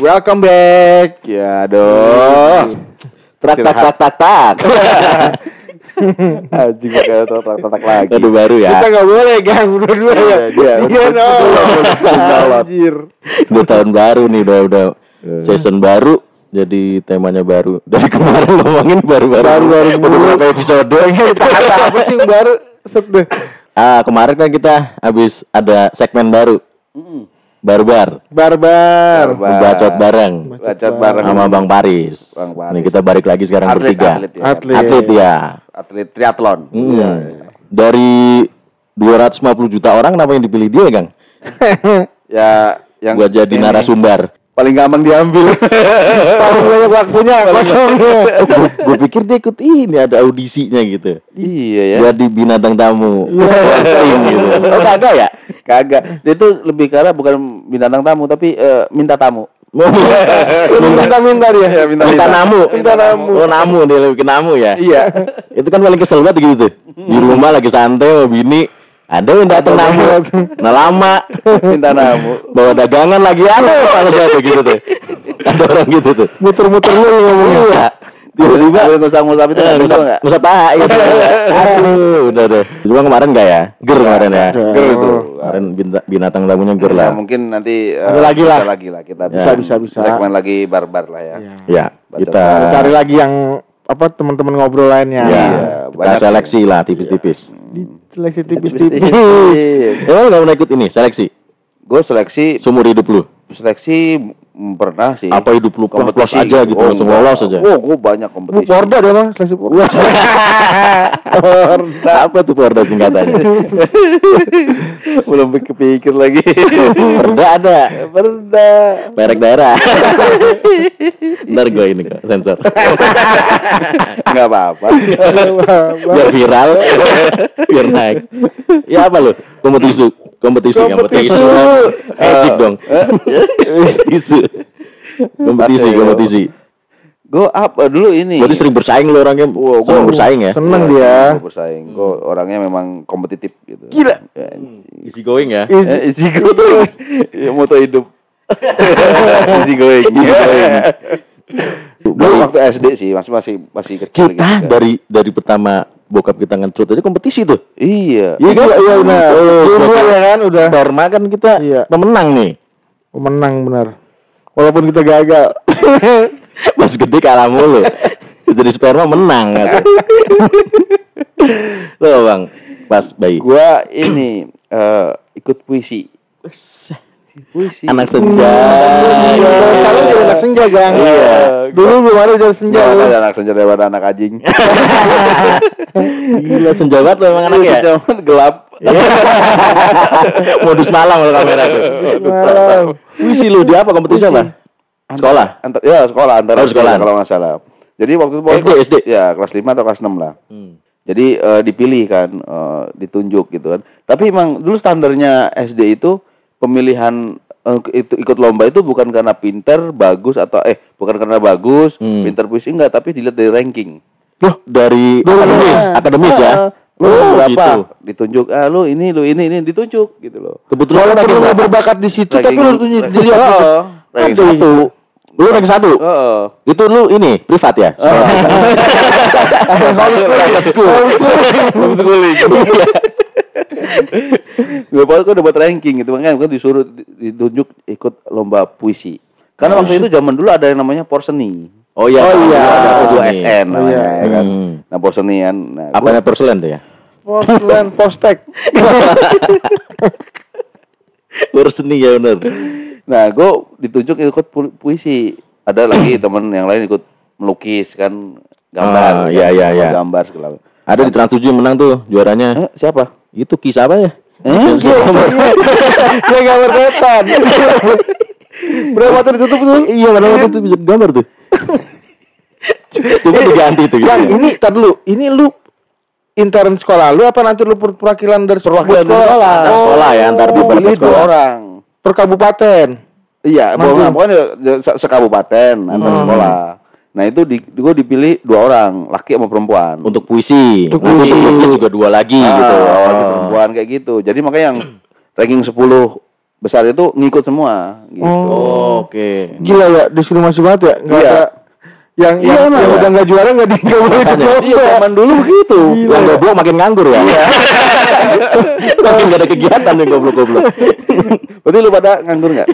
Welcome back. Ya aduh. Tak. Anjing kayak tak lagi. Aduh baru ya. Kita nggak boleh gang berdua ya. Iya anjir. Udah tahun baru nih, udah season baru. Jadi temanya baru. Dari kemarin ngomongin baru-baru. Beberapa episode. Apa sih yang baru? Sedih. Kemarin kan kita habis ada segmen baru. Barbar. Bacot bareng sama Bang Paris. Nih kita balik lagi sekarang bertiga. Atlet triathlon. Dari 250 juta orang kenapa yang dipilih dia, Kang? Ya yang buat jadi narasumber. Paling gampang diambil. Paling banyak waktunya kosong. Gue pikir dia ikut ini ada audisinya gitu. Iya ya. Buat di bintang tamu. Gitu. Oh kagak ya? Kagak. Dia tuh lebih karena bukan bintang tamu tapi minta tamu. Minta dia. Ya, minta namu. Oh namu dia lebih ke namu ya. Iya. Itu kan paling kesel banget gitu. Di rumah lagi santai sama bini. Ada yang datang namu, nah lama minta namu, bawa dagangan lagi ada gitu tuh, ada orang gitu tuh, muter-muter lu ngomongnya, tiba-tiba ngusap itu ngusap paha gitu, udah deh, cuma kemarin nggak ya, kemarin ya, itu, kemarin binatang tamunya lah, mungkin nanti lagi lah kita bisa, segmen lagi barbar lah ya, kita cari lagi yang apa teman-teman ngobrol lainnya, kita seleksi lah tipis-tipis. Seleksi tipis. Emang gak pernah ikut ini seleksi? Gue seleksi seumur hidup lu? Seleksi pernah sih. Apa hidup lu plus aja gitu, langsung lolos aja? Oh, gue banyak kompetisi. Porda dia mah seleksi Porda. Apa tuh Porda singkatannya? Belum kepikir lagi. Porda ada. Porda. Merek daerah. Ntar gue ini kok sensor. Nggak apa-apa. Biar viral. Biar naik. Ya apa lu? Kompetisi. Edik dong. Kompetisi. Gue apa dulu ini? Berarti sering bersaing lo orangnya. Seneng bersaing ya? Seneng dia. Bersaing. Gue orangnya memang kompetitif gitu. Gila. Easy going ya? Easy going. Ya, moto hidup. Easy going. Dulu waktu SD sih, masih kecil. Kita gitu. dari pertama bokap kita nge-shoot aja kompetisi tuh. Iya. Iya kan? Iya benar. Dulu ya kan udah. Dharma kan kita pemenang nih. Pemenang benar. Walaupun kita gagal. Pas gede kalah mulu. Jadi sperma menang kan. Loh Bang, pas bayi. Gua ini ikut puisi. Anak senja. Sekarang jadi anak senja, Gang. Iya. Dulu belum ada jadi senja. Ada anak senja daripada anak anjing. Gila senja banget lo emang anaknya. Senja gelap. Modus malam kalau kamera tuh. Malam. Puisi lu di apa kompetisi apa? Sekolah. Sekolah antara sekolah kalau nggak salah. Jadi waktu itu SD. Ya, kelas 5 atau kelas 6 lah. Jadi dipilih kan, ditunjuk gitu kan. Tapi emang dulu standarnya SD itu pemilihan itu ikut lomba itu bukan karena pinter, bagus atau bukan karena bagus, pinter puisi enggak, tapi dilihat dari ranking. Loh, dari akademis ya. Lu berapa? Gitu. Ditunjuk, lu ini ditunjuk gitu loh. Kebetulan Walaupun lu berbakat di situ tapi lu tunjuk jadi ranking 1. Lu ranking 1? Itu lu ini privat ya? Private school. Homeschooling. Gue dapat ranking gitu, makanya gue disuruh ditunjuk ikut lomba puisi. Karena waktu itu zaman dulu ada yang namanya porseni. Oh iya. Ada 2SN namanya kan. Nah, porsenian. Nah, apanya porselen tuh ya? Porselen postek. Porseni ya benar. Nah, gue ditunjuk ikut puisi. Ada lagi teman yang lain ikut melukis kan, gambar. Iya. Gambar segala. Ada di Trans 7 menang tuh juaranya. Siapa? Itu kisah apa ya? Dia gambar setan. Berapa tuh ditutup tuh? Iya, berapa tuh bisa gambar tuh. Coba diganti tuh gitu. Yang ini tar dulu. Ini lu intern sekolah lu apa nanti lu perwakilan dari sekolah? Sekolah ya, antar di dua orang. Per kabupaten. Iya, pokoknya sekabupaten antar sekolah. Nah itu gue dipilih 2 orang, laki sama perempuan. Untuk puisi. Untuk lukis juga 2 lagi gitu. Perempuan kayak gitu. Jadi makanya yang ranking 10 besar itu ngikut semua gitu. Oke. Gila ya, diskriminasi banget ya. Enggak ada yang udah enggak juara enggak boleh ikut lomba. Iya, zaman dulu begitu. Yang goblok makin nganggur ya. Makin enggak ada kegiatan nih goblok-goblok. Berarti lu pada nganggur enggak?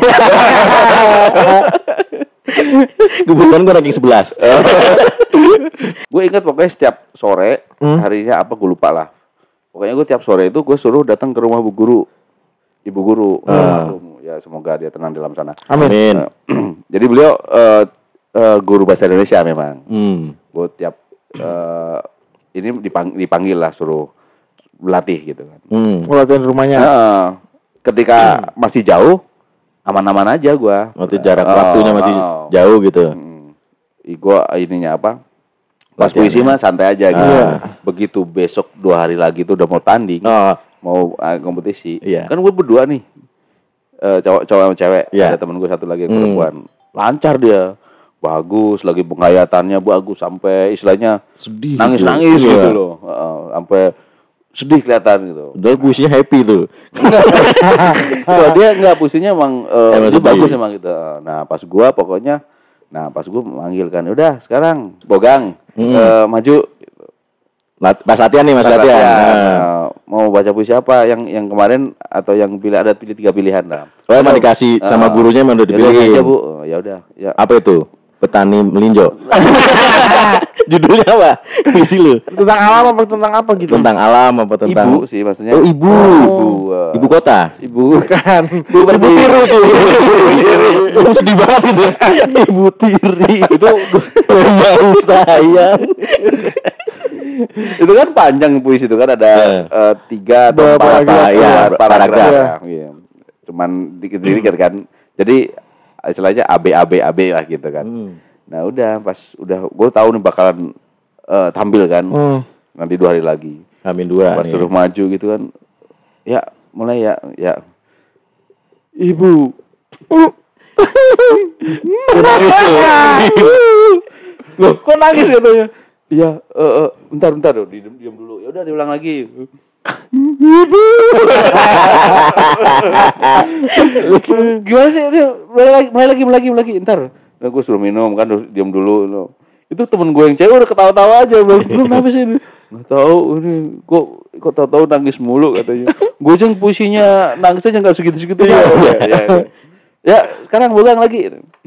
Kebetulan gue ranking 11. Gue ingat pokoknya setiap sore, harinya apa gue lupa lah. Pokoknya gue tiap sore itu gue suruh datang ke rumah ibu guru. Ya semoga dia tenang dalam sana. Amin. Jadi beliau guru bahasa Indonesia memang. Gue tiap ini dipanggil lah suruh berlatih gitu kan. Latihan rumahnya. Ketika masih jauh, aman-aman aja gue. Waktu jarak waktunya masih jauh gitu. Gue ininya apa? Pas puisi mah santai aja gitu. Begitu besok 2 hari lagi tuh udah mau tanding, mau kompetisi. Kan gue berdua nih, cowok sama cewek. Ada temen gue satu lagi yang perempuan. Lancar dia, bagus. Lagi penghayatannya bagus sampai istilahnya sedih, nangis gitu loh. Sampai sedih kelihatan gitu. Udah puisinya happy tuh. Kalau dia nggak puisinya emang dia bagus emang gitu. Nah pas gue pokoknya. Pas gue manggil kan, udah sekarang Bogang maju. Pas latihan nih, latihan. Mau baca puisi apa? Yang kemarin atau yang ada 3 pilihan lah. Emang dikasih sama gurunya emang udah dipilih. Ya Bu. Ya udah. Ya. Apa itu? Petani melinjo. Judulnya apa? Puisi lu. Tentang alam apa tentang apa gitu? Tentang alam apa tentang? Ibu sih maksudnya. Oh, ibu. Ibu kota. Ibu Kan. Ibu tiru tuh. Sedih banget itu. Ibu tiri. Itu memang sayang. Itu kan panjang puisi itu kan ada 3 atau 4 paragraf. Iya. Cuman dikit-dikit kan. Jadi istilahnya AB lah gitu kan. Nah udah pas gue tahu nih bakalan tampil kan. Nanti 2 hari lagi. Amin 2. Pas suruh maju gitu kan. Ya mulai ya. Ibu. Loh, kok nangis katanya? Iya, bentar diam dulu. Ya udah diulang lagi. Gimana sih dia mulai lagi ntar. Nah, gue suruh minum kan, diam dulu. Itu temen gue yang cewek udah ketawa-tawa aja. Belum kenapa sih ini? Nggak tahu ini kok tahu tahu nangis mulu katanya. Gue aja puisinya nangis aja nggak segitu ya. Ya sekarang Bogang lagi.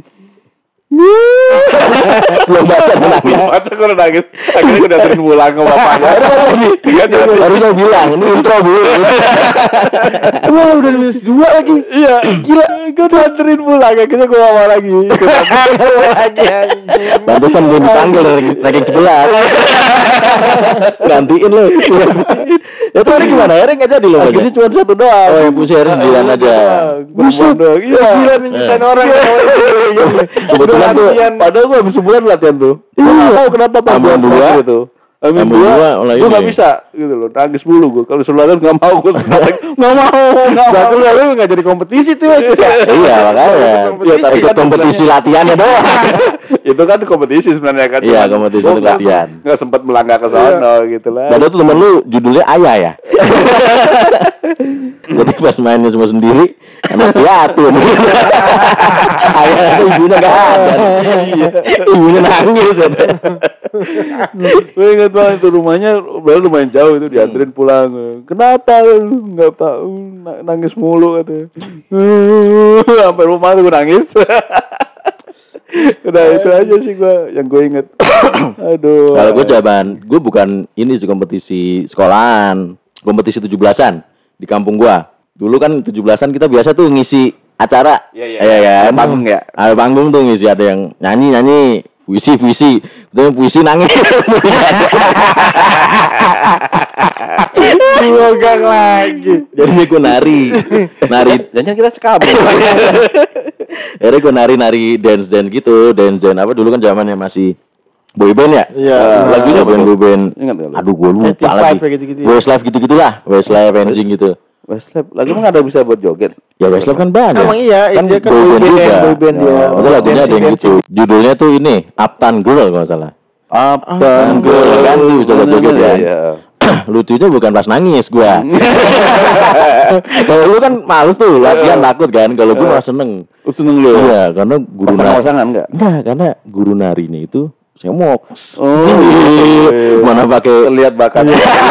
Belum baca gue udah nangis. Akhirnya gue datengin pulang ke bapaknya. Harusnya bilang ini intro bu. Wah udah minus 2 lagi. Iya gila. Gue datengin pulang. Akhirnya gue bawa lagi. Pantesan gue dipanggil ranking 11. Gantiin lo. Ya tuh hari gimana? Hari nggak jadi lo. Akhirnya cuma 1 doang. Oh yang puisi hari 9 aja. Buset. Iya 9 nyusahin orang. Kebetulan tuh padahal gue habis sebulan latihan tuh. Gue gak tau kenapa pas Amin 2 gitu. Amin 2 gue gak bisa gitu loh. Nangis mulu gue. Kalau suruh latihan gak mau gue. Gak mau. Berarti lalu gak jadi kompetisi tuh. Iya makanya. Ikut kompetisi latihannya doang. Itu kan kompetisi sebenarnya kan. Iya kompetisi untuk latihan. Gak sempat melangkah ke sono gitu lah. Padahal tuh temen lu judulnya Ayah ya. Jadi pas mainnya cuma sendiri emang piatu. Ayah ibunya gak ada. Ibunya nangis. Gue inget banget itu rumahnya lumayan jauh itu dianterin pulang. Kenapa lu nggak tahu nangis mulu katanya. Sampai rumah tuh gue nangis. Udah itu aja sih yang gue inget. Aduh. Kalau gue bukan ini sih kompetisi sekolahan, kompetisi 17-an di kampung gua. Dulu kan 17-an kita biasa tuh ngisi acara. Iya kan? Panggung ya. Ada panggung tuh ngisi, ada yang nyanyi, puisi, betul puisi nangis. Bogang lagi. Jadi gue nari. Jangan kita sekampung. Akhirnya gue nari dance gitu, dance apa dulu kan zamannya masih boyband ya. Iya. Lagunya boyband. Ingat gak lu? Aduh gue lupa lagi. Westlife gitu-gitulah, Westlife Engine gitu. Westlife, lagi emang ada bisa buat joget? Ya Westlife kan banyak. Emang iya, kan dia kan boyband dia. Itu lagunya ada yang gitu. Judulnya tuh ini Uptown Girl kalau nggak salah. Uptown Girl kan bisa buat joget ya. lucunya bukan pas nangis gua. Kalau lu kan males tuh latihan takut kan. Kalau gua malah seneng. Seneng lu. Iya, karena guru nari. Enggak, karena guru narinya itu semok. Mana pakai lihat bakat.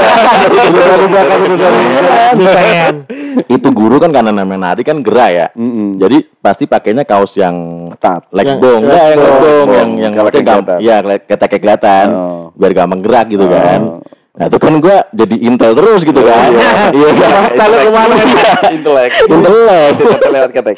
Itu guru kan karena namanya nari kan gerah ya. Jadi pasti pakainya kaos yang ketat. Legbong, yang ketek kelihatan. Biar gampang gerak gitu kan. Nah itu kan gue jadi intel terus gitu kan. Iya kan. Kalau kemana intelek. Lewat ketek.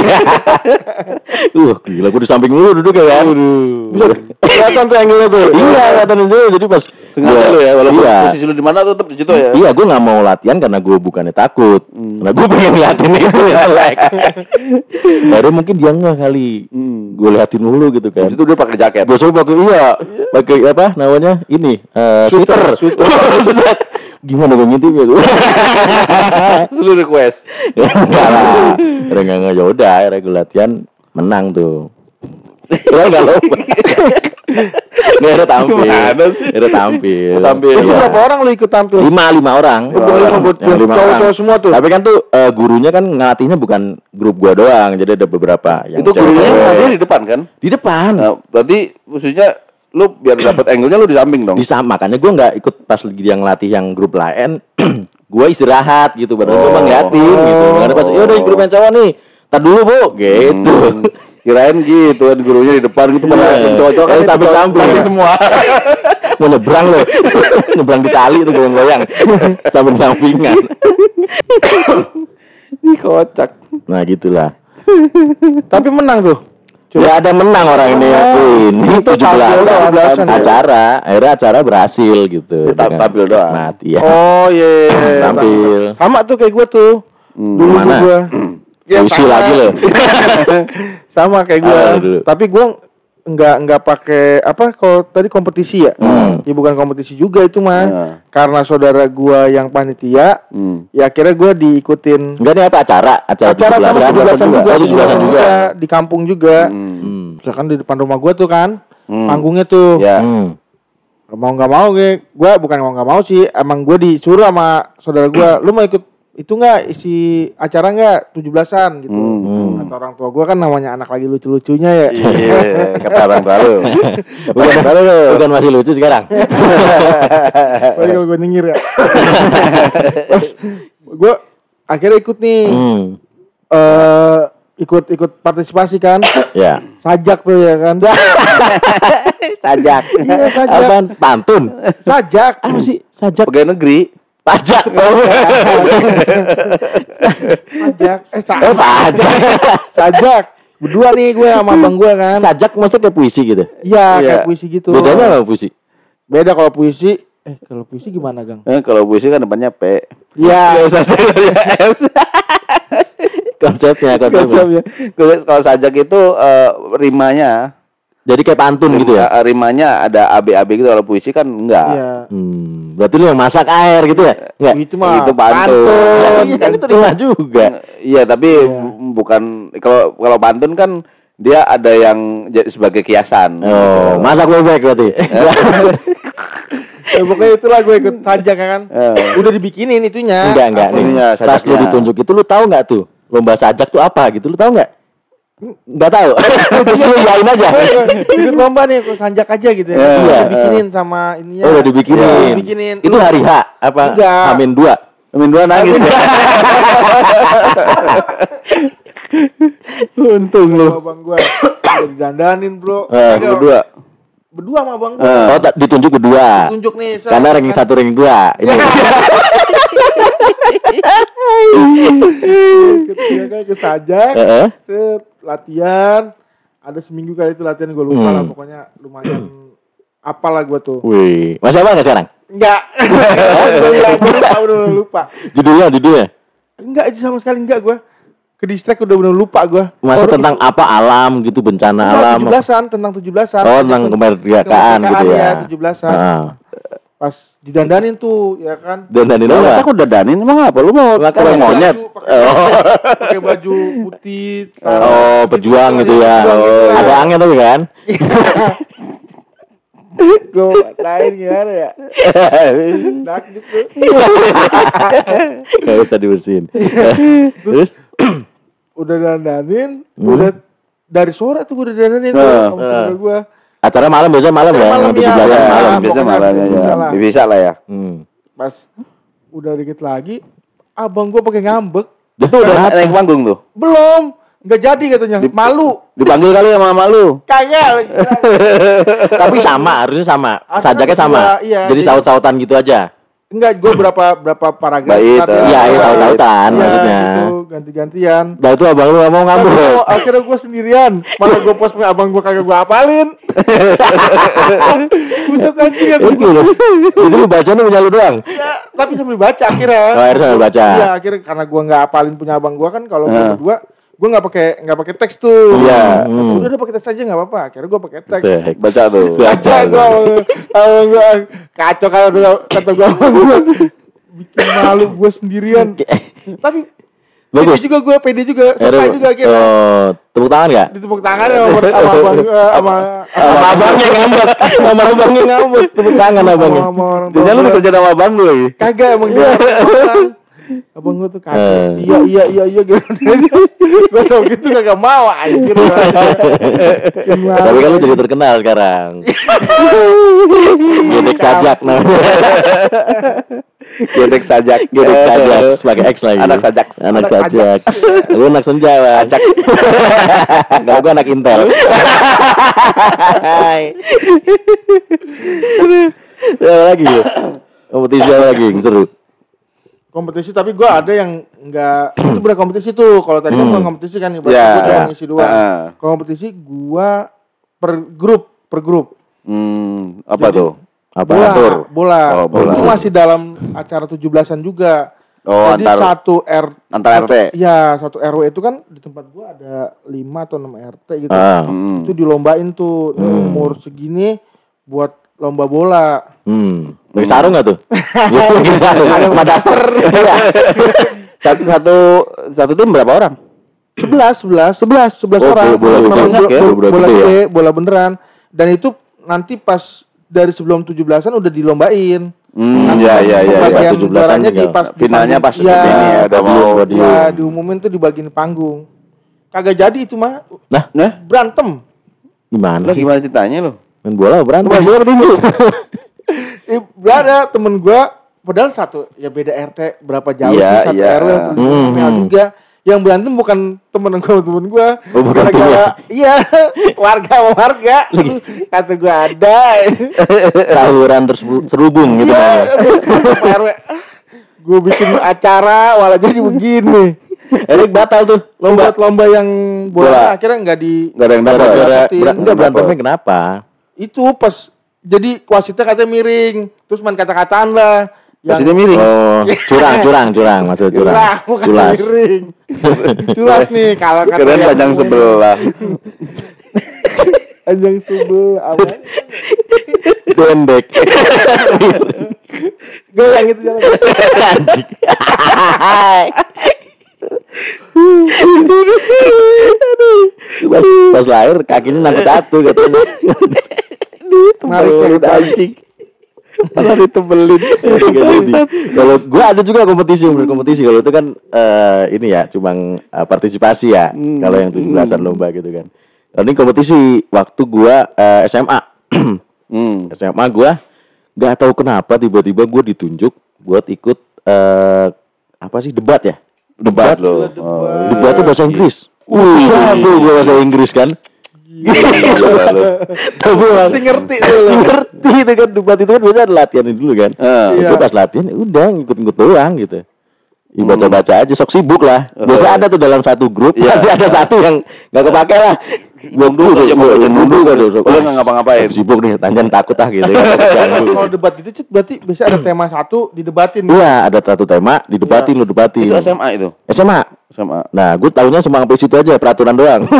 Gila gue di samping lu duduk ya kan. Kelihatan tuh angle tuh. Iya kelihatan itu. Jadi pas sengaja lu ya. Walaupun posisi lu di mana tetap di situ ya. Iya gue nggak mau latihan karena gue bukannya takut. Karena gue pengen liatin itu intelek. Baru mungkin dia nggak kali. Gue liatin mulu gitu kan. Itu dia pakai jaket. Gue selalu pakai apa namanya ini sweater. Gimana gue ngintip ya gue? Seluruh request. Enggak lah. Enggak yaudah akhirnya gue latihan menang tuh. Enggak lomba. Nggak ada tampil. Itu berapa orang lu ikut tampil? 5 orang. Cowok-cowok semua tuh. Tapi kan tuh gurunya kan ngelatihnya bukan grup gua doang. Jadi ada beberapa yang itu gurunya ngelatih di depan kan? Di depan. Nah, berarti maksudnya lu biar dapat angle-nya lu di samping dong. Di samping, makanya gua enggak ikut pas dia ngelatih yang grup lain. Gua istirahat gitu, padahal gua ngeliatin gitu. Makanya pas yaudah grup yang cowok nih. Tar dulu, Bu. Gitu. Kirain gitu kan gurunya di depan gitu cowok-cowok kan tampil semua. Mau nyebrang loh. Nyebrang di tali tuh goyang-goyang. Sambil sampingan. Ih kocak. Nah, gitulah. Tapi menang tuh. Ya ada menang orang ini. Ini 17 acara. Akhirnya acara berhasil gitu. Tampil doang. Mati ya. Oh iya. Tampil. Sama tuh kayak gue tuh. Dulu gue. Puisi lagi loh. Sama kayak gue. Tapi gue nggak pakai apa kalau tadi kompetisi ya. Ya bukan kompetisi juga itu mah. Karena saudara gue yang panitia, ya akhirnya gue diikutin. Enggak nih apa acara 17-an juga di kampung juga. Misalkan di depan rumah gue tuh kan, panggungnya tuh. Mau nggak mau gue bukan mau nggak mau sih, emang gue disuruh sama saudara gue, lu mau ikut itu nggak isi acara nggak 17-an gitu. Kata orang tua gue kan namanya anak lagi lucu-lucunya ya. Iya, kata orang tua lu. Bukan masih lucu sekarang. Paling kalau gue nyengir ya. Terus gue akhirnya ikut nih. Ikut partisipasi kan. Ya. Sajak tuh ya kan. Sajak. Iya sajak. Apaan? Pantun. Sajak. Apa sih? Sajak. Pegawai negeri. Pajak. Pajak. Pajak. Sajak. Berdua nih gue sama abang gue kan. Sajak maksudnya kayak puisi gitu. Iya, kayak puisi gitu. Bedanya apa puisi? Beda kalau puisi. Kalau puisi gimana, Gang? Kalau puisi kan depannya P. Iya. S. Konsepnya. Kalau sajak itu rimanya. Jadi kayak pantun gitu ya? Rimanya ada AB gitu. Kalau puisi kan enggak. Iya. Berarti lu yang masak air gitu ya? Enggak. Itu mah itu pantun. Kan itu rima juga. Iya, tapi bukan kalau pantun kan dia ada yang sebagai kiasan. Oh, masak bebek berarti. Pokoknya itulah gue ikut sajak kan. Udah dibikinin itunya. Enggak. Pas lu ditunjuk itu lu tahu enggak tuh? Lomba sajak tuh apa gitu? Lu tahu enggak? Enggak tahu. Terus lu yain aja. Ikut lomba nih, ikut sajak aja gitu ya. Udah dibikinin sama ininya. Oh, udah dibikinin. Itu hari H apa? Enggak. Amin 2 nangis. Untung lu. Abang gua udah didandanin, Bro. Berdua sama abang gua. Oh, ditunjuk berdua. Ditunjuk nih. Karena ranking 1 ranking 2. Ini. Ketika ke sajak. Latihan. Ada seminggu kali itu latihan gue lupa lah. Pokoknya lumayan apalah gue tuh. Wih, masih apa nggak sekarang? Enggak. Udah lupa. Judulnya? Enggak, itu sama sekali enggak gue. Ke distract udah bener lupa gue. Masa tentang apa alam gitu, bencana alam. 17-an, tentang 17-an. Oh, tentang kemerdekaan gitu ya. 17-an. Pas didandanin tuh, ya kan. Dandanin apa? Aku dandanin emang apa? Lu mau pakai monyet? Pakai baju putih. Pejuang gitu ya. Ada angin tapi kan. Gue bacain gimana ya? Nak gitu. Gak usah dibersihin. Terus udah dandanin, udah dari sore tuh udah dandanin tuh sama gue. Acara malam biasanya malam ya? Malam ya. Malam biasanya malamnya ya. Bisa lah ya. Pas udah dikit lagi, abang gue pakai ngambek. Itu udah naik panggung tuh? Belum. Nggak jadi katanya, malu. Dipanggil kali sama malu. Kagak. Tapi sama, harusnya sama. Sajaknya sama. Iya, jadi saut-sautan gitu aja. Enggak, gue berapa paragraf. Iya, saut-sautan maksudnya. Gitu, ganti-gantian. Nah itu abang lu ngomong ngambek. Akhirnya gue sendirian. Malah gue post abang gue kagak gue apalin. Buset anjing. Itu lu bacanya punya lu doang? Iya, tapi sambil baca akhirnya. Oh, akhirnya sambil baca. Iya, akhirnya karena gue nggak apalin punya abang gue kan kalau gue berdua gue nggak pakai teks tuh. Iya. Udah pakai teks aja nggak apa-apa. Akhirnya gue pakai teks. Baca tuh. Baca gue kacau kata gue bikin malu gue sendirian. Tapi bagus pede juga selesai juga akhirnya. Tepuk tangan nggak? Ditepuk tangan sama abangnya ngambek. Sama abangnya ngambek. Tepuk tangan abangnya. Dia lu kerja sama abang lu lagi? Kagak emang dia. Abang gue tuh kacau. Iya gitu. Gue tau gitu gak mau anjir. Tapi kan lu jadi terkenal sekarang. Gedek sajak namanya. Gedek sajak sebagai X lagi. Anak sajak. Lu anak senja lah. Kalau gue anak Intel. Lagi ya. Kompetisi lagi yang seru. Kompetisi tapi gue ada yang enggak itu berkompetisi tuh. Kalau tadi kan kompetisi kan ibarat gue yang ngisi doang. Kompetisi gue per grup. Apa jadi, tuh? Bola. Itu masih dalam acara 17-an juga. Oh, jadi antar RT. Iya, satu RW itu kan di tempat gua ada 5 atau 6 RT gitu. Itu dilombain tuh umur segini buat lomba bola. Pakai sarung enggak tuh? Pakai sarung sama daster. Satu tim berapa orang? 11 orang. Bola beneran. Dan itu nanti pas dari sebelum 17-an udah dilombain. Iya. Bagian juaranya di pas finalnya pas ini ya, udah mau diumumin tuh dibagiin panggung. Kagak jadi itu mah. Nah, berantem. Gimana ceritanya lo? Main bola berantem. Ada temen gua padahal satu ya beda RT berapa jauh satu RW juga. Yang berantem bukan temen gua. Gara-gara warga sama warga. Kata gua ada. Tawuran terselubung gitu. RW. Gua bikin acara walau jadi begini. Erik batal tuh lomba yang bola akhirnya enggak ada yang dapat. Enggak berantemnya kenapa? Itu pas jadi wasitnya katanya miring. Terus main kata-kataan lah. Wasitnya miring. Oh, curang maksud curang. Culas nih kalau kata keren panjang sebelah. Panjang sebelah apa? Dendek. Goyang itu jangan. Pas lahir kakinya nangkut satu katanya. Narik anjing. Malah ditebelin. Kalau gua ada juga kompetisi kalau itu kan ini ya cuma partisipasi ya. Kalau yang 17-an lomba gitu kan. Kalau ini kompetisi waktu gua SMA. SMA gua nggak tahu kenapa tiba-tiba gua ditunjuk buat ikut apa sih debat ya? Debat loh. Debat itu bahasa Inggris. Aduh, gue bahasa Inggris kan. Tapi masih ngerti itu kan debat itu kan biasa latihan dulu kan. Itu pas latihan udah ngikut-ngikut doang gitu. Baca-baca aja sok sibuk lah. Biasa ada tuh dalam satu grup pasti ada satu yang nggak kepake lah. Mundur kan. Udah nggak ngapa-ngapain. Sibuk nih, tanjan takut gitu. Kalau debat itu berarti biasa ada tema satu didebatin. Iya, ada satu tema didebatin, lu debatin. Itu SMA itu. SMA. Nah, gue tahunya cuma sampai situ aja peraturan doang.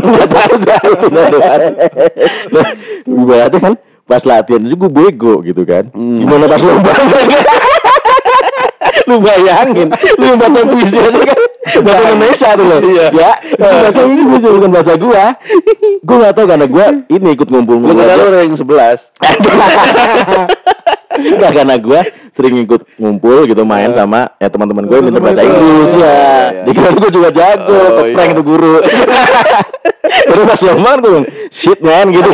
Berarti kan pas latihan itu gue bego gitu kan. Gimana pas lomba? Lu bayangin, lu baca puisi aja kan. bahasa Indonesia tuh loh. Ya, bahasa Inggris bukan bahasa gua. Gua enggak tahu karena gua ini ikut ngumpul-ngumpul. Lu kata lu ranking 11. Enggak, karena gue sering ikut ngumpul gitu main sama ya teman-teman gue minta bahasa Inggris ya. Dikira gue juga jago, prank tuh guru. Terus pas lomba gue bilang, shit man gitu.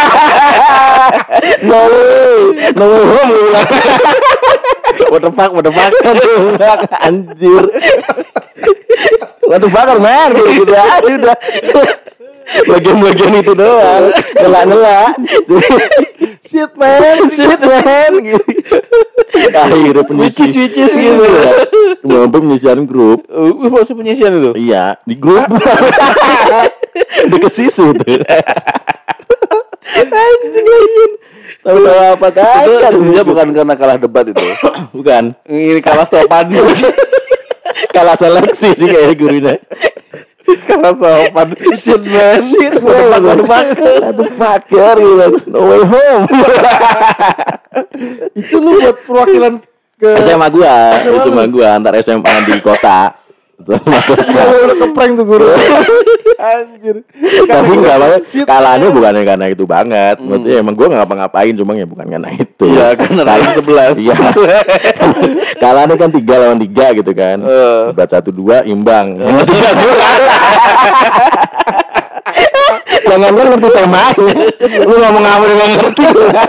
No way home gue bilang. What the fuck anjir. What the fuck man gitu aja udah. Bagian-bagian itu doang, ngelak. Shit man gitu. Akhirnya penyisian gitu ya. Mampu penyisian grup. Masuk penyisian itu? Iya, di grup. Deket sisu tuh. Anjing. Tahu apa kan? Itu artinya bukan karena kalah debat itu. Bukan. Ini kalah sopan. Kalah seleksi sih kayak gurunya. Kalah sopan. Shit man. Aduh fucker gitu. No way home. Itu lu buat perwakilan ke SMA gua antar SMA di kota. udah keprank tuh guru. Anjir. Tapi enggak banget. Kalahnya bukannya karena itu banget. Maksudnya emang gua enggak ngapa-ngapain, cuma ya bukan karena itu. Iya, karena ranking 11. Iya. Kalahnya kan 3 lawan 3 gitu kan. Debat 1-2 imbang. Jangan kan ngerti temanya. Lu ngomong apa enggak ngerti.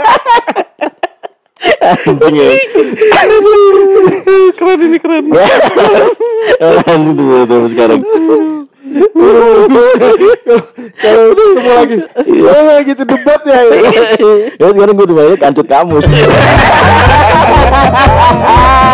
Anjing ya. Keren. Anjing tuh sekarang. Kalau udah ketemu lagi. Ya gitu debat ya. Ya sekarang gue udah banyak kancut kamus.